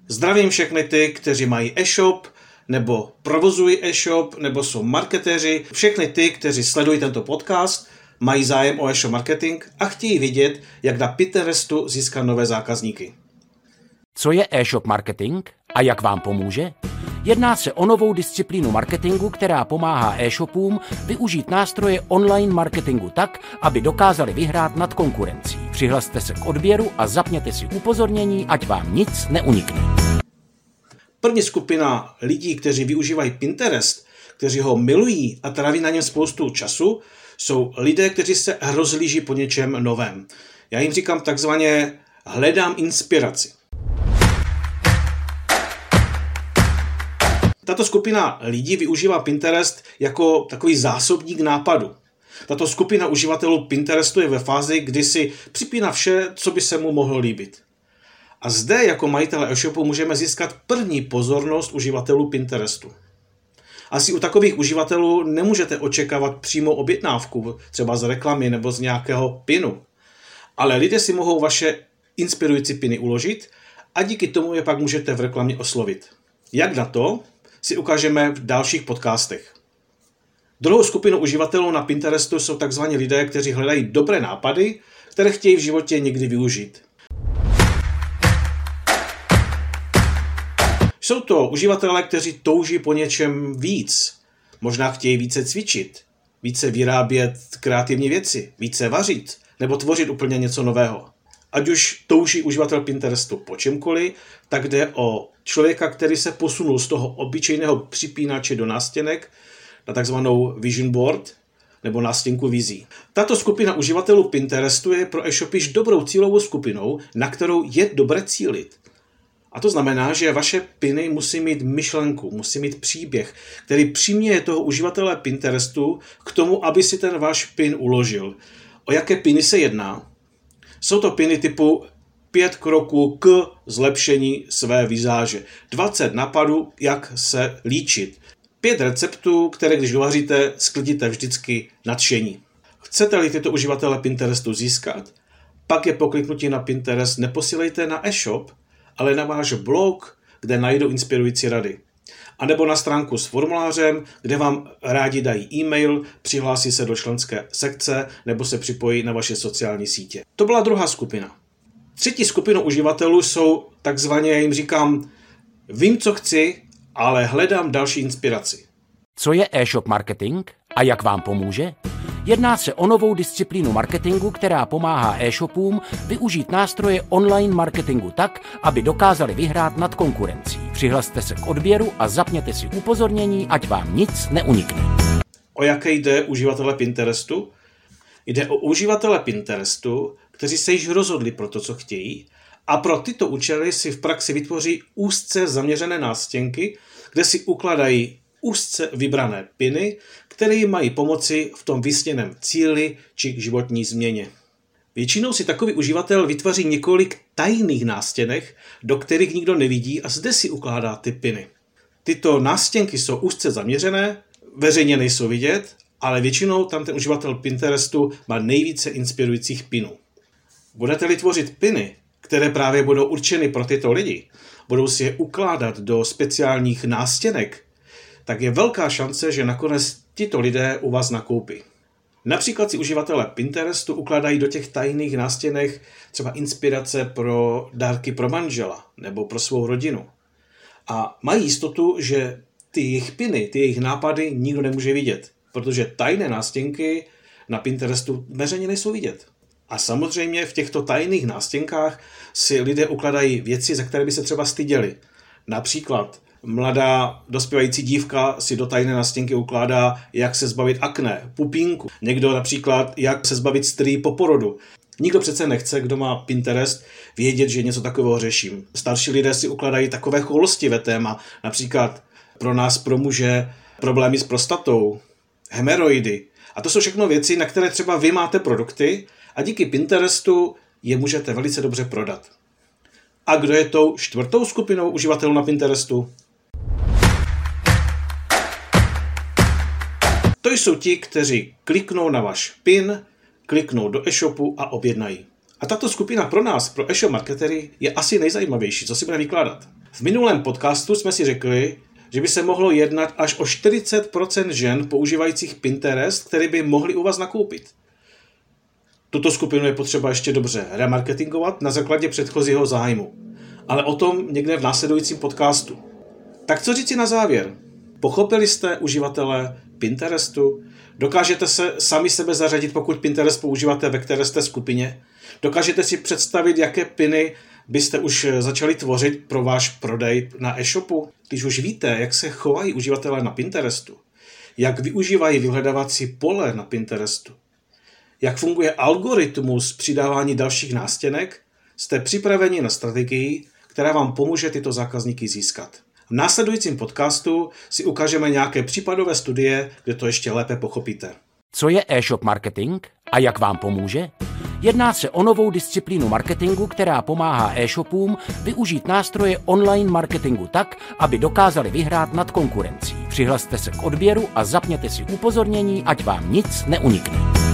Zdravím všechny ty, kteří mají e-shop, nebo provozují e-shop, nebo jsou marketéři, všechny ty, kteří sledují tento podcast, mají zájem o e-shop marketing a chtějí vidět, jak na Pinterestu získat nové zákazníky. Co je e-shop marketing a jak vám pomůže? Jedná se o novou disciplínu marketingu, která pomáhá e-shopům využít nástroje online marketingu tak, aby dokázali vyhrát nad konkurencí. Přihlaste se k odběru a zapněte si upozornění, ať vám nic neunikne. První skupina lidí, kteří využívají Pinterest, kteří ho milují a tráví na něm spoustu času, jsou lidé, kteří se rozhlíží po něčem novém. Já jim říkám takzvaně hledám inspiraci. Tato skupina lidí využívá Pinterest jako takový zásobník nápadu. Tato skupina uživatelů Pinterestu je ve fázi, kdy si připíná vše, co by se mu mohlo líbit. A zde jako majitele e-shopu můžeme získat první pozornost uživatelů Pinterestu. Asi u takových uživatelů nemůžete očekávat přímou objednávku, třeba z reklamy nebo z nějakého pinu. Ale lidé si mohou vaše inspirující piny uložit a díky tomu je pak můžete v reklamě oslovit. Jak na to si ukážeme v dalších podcastech. Druhou skupinu uživatelů na Pinterestu jsou tzv. Lidé, kteří hledají dobré nápady, které chtějí v životě někdy využít. Jsou to uživatelé, kteří touží po něčem víc. Možná chtějí více cvičit, více vyrábět kreativní věci, více vařit nebo tvořit úplně něco nového. Ať už touží uživatel Pinterestu po čemkoliv, tak jde o člověka, který se posunul z toho obyčejného připínače do nástěnek na takzvanou vision board nebo nástěnku vizí. Tato skupina uživatelů Pinterestu je pro e-shopy dobrou cílovou skupinou, na kterou je dobré cílit. A to znamená, že vaše piny musí mít myšlenku, musí mít příběh, který přiměje toho uživatele Pinterestu k tomu, aby si ten váš pin uložil. O jaké piny se jedná? Jsou to piny typu 5 kroků k zlepšení své vizáže, 20 nápadů, jak se líčit, 5 receptů, které když dovaříte, sklidíte vždycky nadšení. Chcete-li tyto uživatele Pinterestu získat, pak je po kliknutí na Pinterest neposílejte na e-shop, ale na váš blog, kde najdou inspirující rady. A nebo na stránku s formulářem, kde vám rádi dají e-mail, přihlásí se do členské sekce nebo se připojí na vaše sociální sítě. To byla druhá skupina. Třetí skupinou uživatelů jsou takzvaně, já jim říkám, vím, co chci, ale hledám další inspiraci. Co je e-shop marketing a jak vám pomůže? Jedná se o novou disciplínu marketingu, která pomáhá e-shopům využít nástroje online marketingu tak, aby dokázali vyhrát nad konkurencí. Přihlaste se k odběru a zapněte si upozornění, ať vám nic neunikne. O jaké jde uživatele Pinterestu? Jde o uživatele Pinterestu, kteří se již rozhodli pro to, co chtějí, a pro tyto účely si v praxi vytvoří úzce zaměřené nástěnky, kde si ukládají úzce vybrané piny, které jim mají pomoci v tom vysněném cíli či životní změně. Většinou si takový uživatel vytvoří několik tajných nástěnek, do kterých nikdo nevidí a zde si ukládá ty piny. Tyto nástěnky jsou úzce zaměřené, veřejně nejsou vidět, ale většinou tam ten uživatel Pinterestu má nejvíce inspirujících pinů. Budete-li tvořit piny, které právě budou určeny pro tyto lidi, budou si je ukládat do speciálních nástěnek, tak je velká šance, že nakonec tito lidé u vás nakoupí. Například si uživatelé Pinterestu ukládají do těch tajných nástěnek třeba inspirace pro dárky pro manžela nebo pro svou rodinu. A mají jistotu, že ty jejich piny, ty jejich nápady nikdo nemůže vidět, protože tajné nástěnky na Pinterestu veřejně nejsou vidět. A samozřejmě v těchto tajných nástěnkách si lidé ukládají věci, za které by se třeba styděli. Například mladá dospívající dívka si do tajné nástěnky ukládá, jak se zbavit akné, pupínku. Někdo například, jak se zbavit stří po porodu. Nikdo přece nechce, kdo má Pinterest, vědět, že něco takového řeším. Starší lidé si ukládají takové choulostivé téma, například pro nás, pro muže, problémy s prostatou, hemeroidy. A to jsou všechno věci, na které třeba vy máte produkty a díky Pinterestu je můžete velice dobře prodat. A kdo je tou čtvrtou skupinou uživatelů na Pinterestu? To jsou ti, kteří kliknou na váš pin, kliknou do e-shopu a objednají. A tato skupina pro nás, pro e-shop marketery, je asi nejzajímavější, co si bude vykládat. V minulém podcastu jsme si řekli, že by se mohlo jednat až o 40% žen používajících Pinterest, které by mohly u vás nakoupit. Tuto skupinu je potřeba ještě dobře remarketingovat na základě předchozího zájmu. Ale o tom někde v následujícím podcastu. Tak co říci na závěr? Pochopili jste uživatelé Pinterestu? Dokážete se sami sebe zařadit, pokud Pinterest používáte, ve které jste skupině? Dokážete si představit, jaké piny byste už začali tvořit pro váš prodej na e-shopu? Když už víte, jak se chovají uživatelé na Pinterestu, jak využívají vyhledávací pole na Pinterestu, jak funguje algoritmus přidávání dalších nástěnek, jste připraveni na strategii, která vám pomůže tyto zákazníky získat. V následujícím podcastu si ukážeme nějaké případové studie, kde to ještě lépe pochopíte. Co je e-shop marketing a jak vám pomůže? Jedná se o novou disciplínu marketingu, která pomáhá e-shopům využít nástroje online marketingu tak, aby dokázali vyhrát nad konkurencí. Přihlaste se k odběru a zapněte si upozornění, ať vám nic neunikne.